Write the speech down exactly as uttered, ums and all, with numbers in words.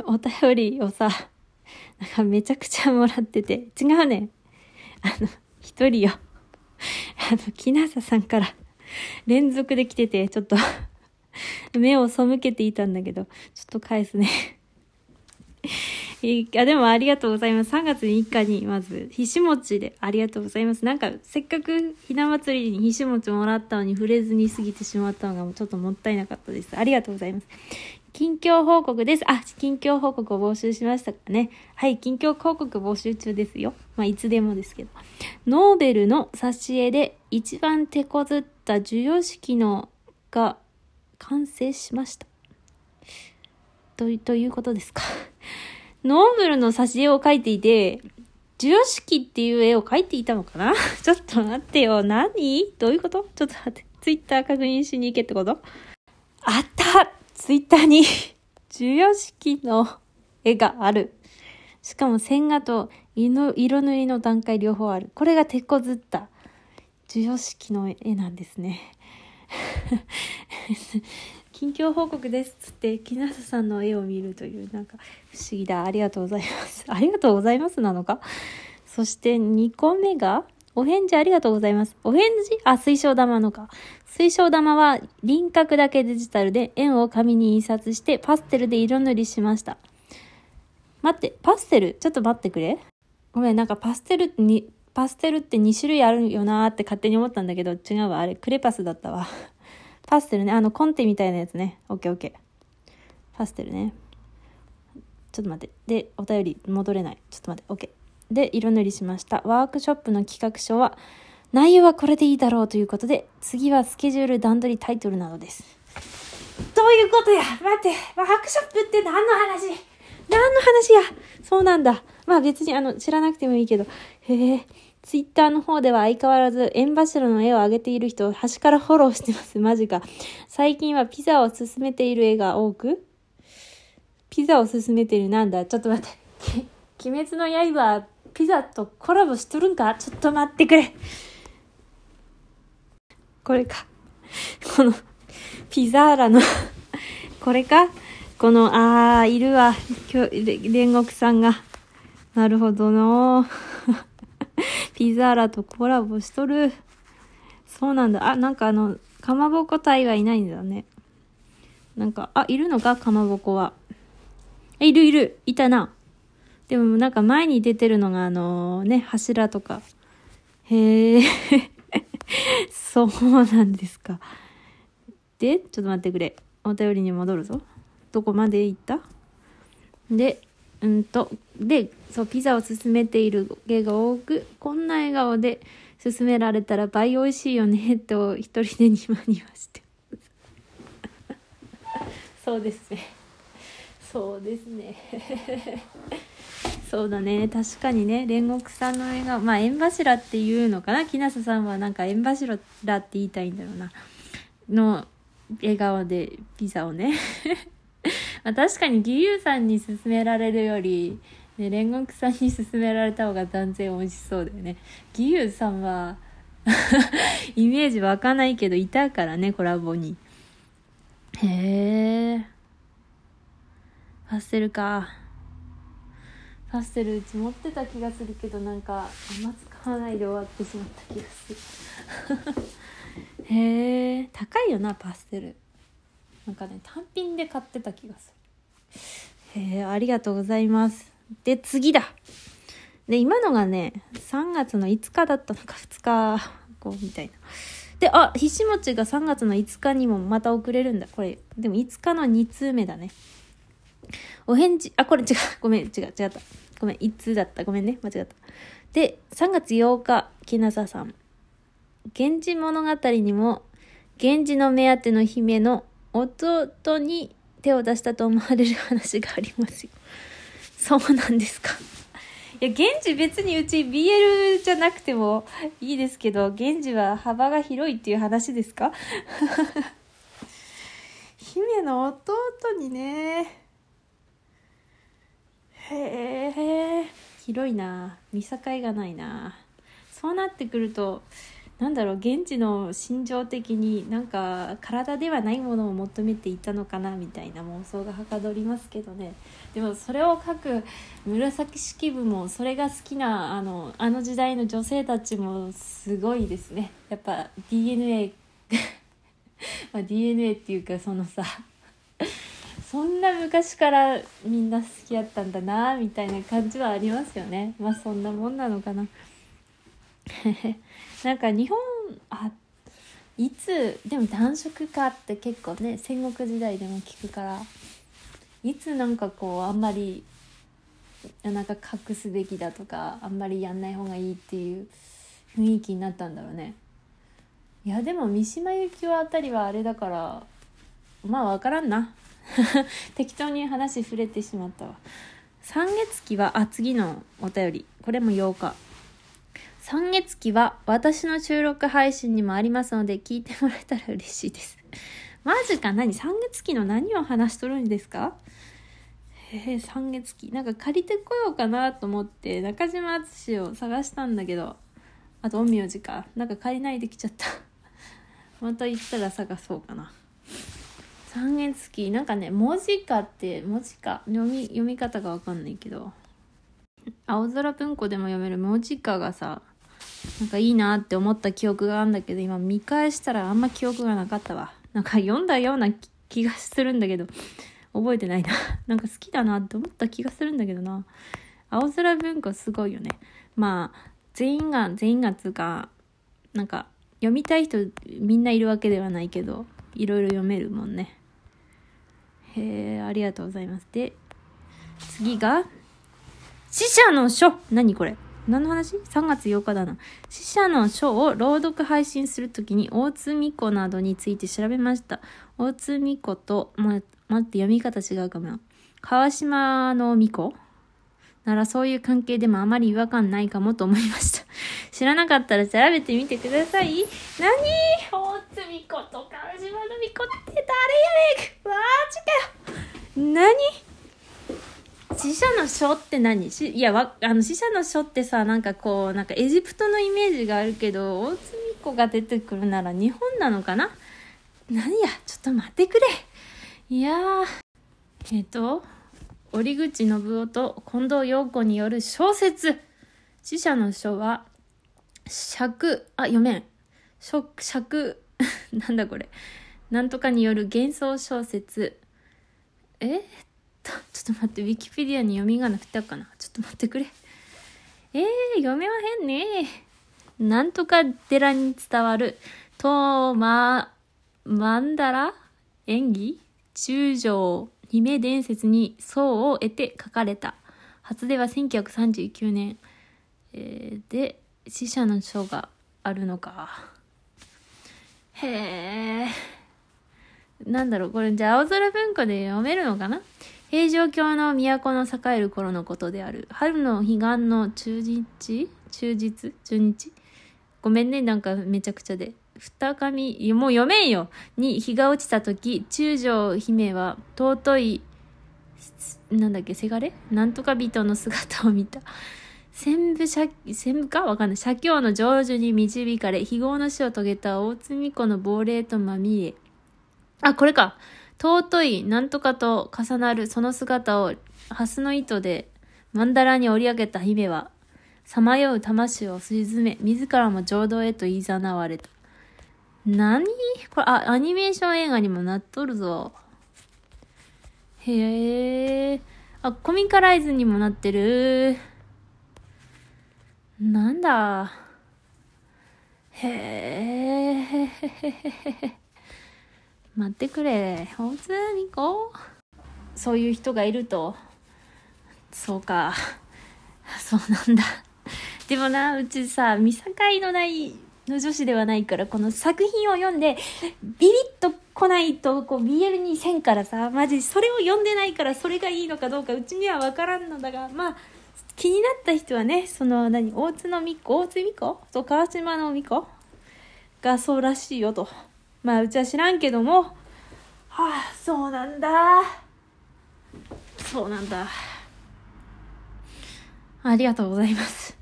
お便りをさ、なんかめちゃくちゃもらってて、違うね。あの、一人よ。あの、きなささんから連続で来てて、ちょっと目を背けていたんだけど、ちょっと返すね。いや、でもありがとうございます。さんがつみっかにまず、ひしもちでありがとうございます。なんか、せっかくひな祭りにひしもちもらったのに触れずに過ぎてしまったのがもうちょっともったいなかったです。ありがとうございます。近況報告です。あ、近況報告を募集しましたかね。はい、近況報告募集中ですよ。まあ、いつでもですけど。ノーベルの挿絵で一番手こずった授与式のが完成しました。という、ということですか。ノーベルの挿絵を描いていて、授与式っていう絵を描いていたのかなちょっと待ってよ。何どういうこと？ちょっと待って。ツイッター確認しに行けってこと？あったツイッターに授与式の絵がある。しかも線画と色塗りの段階両方ある。これが手こずった授与式の絵なんですね。近況報告ですつって木下さんの絵を見るという、なんか不思議だ。ありがとうございます。ありがとうございますなのか。そしてにこめがお返事ありがとうございます。お返事あ、水晶玉のか。水晶玉は輪郭だけデジタルで円を紙に印刷してパステルで色塗りしました。待って、パステルちょっと待ってくれ。ごめん、なんかパステルに、パステルってに種類あるよなーって勝手に思ったんだけど、違うわ。あれ、クレパスだったわ。パステルね。あの、コンテみたいなやつね。オッケーオッケー。パステルね。ちょっと待って。で、お便り戻れない。ちょっと待って。オッケー。で、色塗りしました。ワークショップの企画書は、内容はこれでいいだろうということで、次はスケジュール、段取り、タイトルなどです。どういうことや。待って。ワークショップって何の話？何の話や。そうなんだ。まあ別にあの知らなくてもいいけど。へえ。ツイッターの方では相変わらず縁柱の絵を上げている人を端からフォローしてます。マジか。最近はピザを勧めている絵が多く、ピザを勧めているなんだ。ちょっと待って。鬼滅の刃ピザとコラボしとるんか？ちょっと待ってくれ。これか。このピザーラのこれか。このあーいるわ。今日煉獄さんが。なるほどの。ピザーラとコラボしとる。そうなんだ。あ、なんかあのかまぼこ隊はいないんだね。なんかあいるのかかまぼこは。いるいるいたな。でもなんか前に出てるのがあのね柱とか。へえ。そうなんですか。でちょっと待ってくれ。お便りに戻るぞ。どこまで行った？でうんとでそうピザを勧めている芸が多く、こんな笑顔で勧められたら倍美味しいよねと一人でニマニマしてそうですねそうですねそうだね。確かにね、煉獄さんの笑顔、まあ縁柱っていうのかな。木下さんはなんか縁柱って言いたいんだろうなの笑顔でピザをねまあ確かに義勇さんに勧められるより、ね、煉獄さんに勧められた方が断然美味しそうだよね。義勇さんはイメージ湧かないけどいたからね、コラボに。へえ。パステルか。パステルうち持ってた気がするけど、なんかあんま使わないで終わってしまった気がするへえ。高いよなパステル。なんかね単品で買ってた気がする。へえ、ありがとうございます。で次だ。で今のがねさんがつのいつかだったのかふつかごみたいな。であひしもちがさんがつのいつかにもまた送れるんだ。これでもいつかのに通目だね。お返事あこれ違うごめん違う違ったごめんいつだったごめんね間違った。でさんがつようか木下さん、源氏物語にも源氏の目当ての姫の弟に手を出したと思われる話がありますよ。そうなんですか。いや源氏別にうち ビーエル じゃなくてもいいですけど、源氏は幅が広いっていう話ですか姫の弟にね。へえ広いな、見境がないな。そうなってくるとなんだろう、現地の心情的になんか体ではないものを求めていたのかなみたいな妄想がはかどりますけどね。でもそれを書く紫式部も、それが好きなあのあの時代の女性たちもすごいですね。やっぱ ディーエヌエー まあ ディーエヌエー っていうか、そのさそんな昔からみんな好きやったんだなみたいな感じはありますよね。まあそんなもんなのかななんか日本、あ、いつでも男色かって結構ね、戦国時代でも聞くから、いつなんかこうあんまりなんか隠すべきだとか、あんまりやんない方がいいっていう雰囲気になったんだろうね。いやでも三島由紀夫あたりはあれだから、まあわからんな適当に話触れてしまったわ。三月期は、あ、次のお便り、これもようか。三月期は私の収録配信にもありますので、聞いてもらえたら嬉しいです。マジか。何、三月期の何を話しとるんですか。へえ、三月期なんか借りてこようかなと思って中島敦を探したんだけど、あと陰陽師かなんか借りないできちゃったまた行ったら探そうかな。三月期なんかね、文字かって文字か読み読み方がわかんないけど、青空文庫でも読める文字かがさ、なんかいいなって思った記憶があるんだけど、今見返したらあんま記憶がなかったわ。なんか読んだような気がするんだけど覚えてないななんか好きだなって思った気がするんだけどな。青空文庫すごいよね。まあ全員が全員がつうか、なんか読みたい人みんないるわけではないけど、いろいろ読めるもんね。へえ、ありがとうございます。で次が死者の書。何これ、何の話。さんがつようかだな。死者の書を朗読配信するときに大津美子などについて調べました。大津美子と、ま、待って読み方違うかも。川島の美子ならそういう関係でもあまり違和感ないかもと思いました。知らなかったら調べてみてください。何、大津美子と川島の美子って誰やねん。マジかよ。何、死者の書って何。しいやわあの死者の書ってさ、なんかこうなんかエジプトのイメージがあるけど、大津美子が出てくるなら日本なのかな。何や、ちょっと待ってくれ。いやー、えっと折口信夫と近藤陽子による小説死者の書は尺、あ、読めん、尺尺なんだこれ、なんとかによる幻想小説。えっとちょっと待って、ウィキペディアに読み仮名振ったかな。ちょっと待ってくれ。えー、読めまへんね。なんとか寺に伝わるトーママンダラ演技中将姫伝説に相を得て書かれた。初ではせんきゅうひゃくさんじゅうきゅうねん、えー、で死者の書があるのか。へえ、なんだろうこれ。じゃあ青空文庫で読めるのかな。平城京の都の栄える頃のことである。春の彼岸の中日中日中日ごめんね、なんかめちゃくちゃで。二上、もう読めんよに日が落ちた時、中将姫は尊いなんだっけ、せがれなんとか人の姿を見た。千部社千部かわかんない。社教の成就に導かれ非業の死を遂げた大津美子の亡霊とまみえ。あ、これか。尊いなんとかと重なるその姿を蓮の糸で曼荼羅に織り上げた姫はさまよう魂を沈め、自らも浄土へと誘われた。何これ、あ、アニメーション映画にもなっとるぞ。へえ。あ、コミカライズにもなってる。なんだ。へえ。待ってくれ。大津美子。そういう人がいると。そうか。そうなんだ。でもな、うちさ、見境のないの女子ではないから、この作品を読んでビビッと来ないとこう ビーエル にせんからさ、マジそれを読んでないからそれがいいのかどうかうちには分からんのだが、まあ気になった人はね、その何大津の美子大津美子と川島の美子がそうらしいよと。まあうちは知らんけども、はあ、そうなんだそうなんだありがとうございます。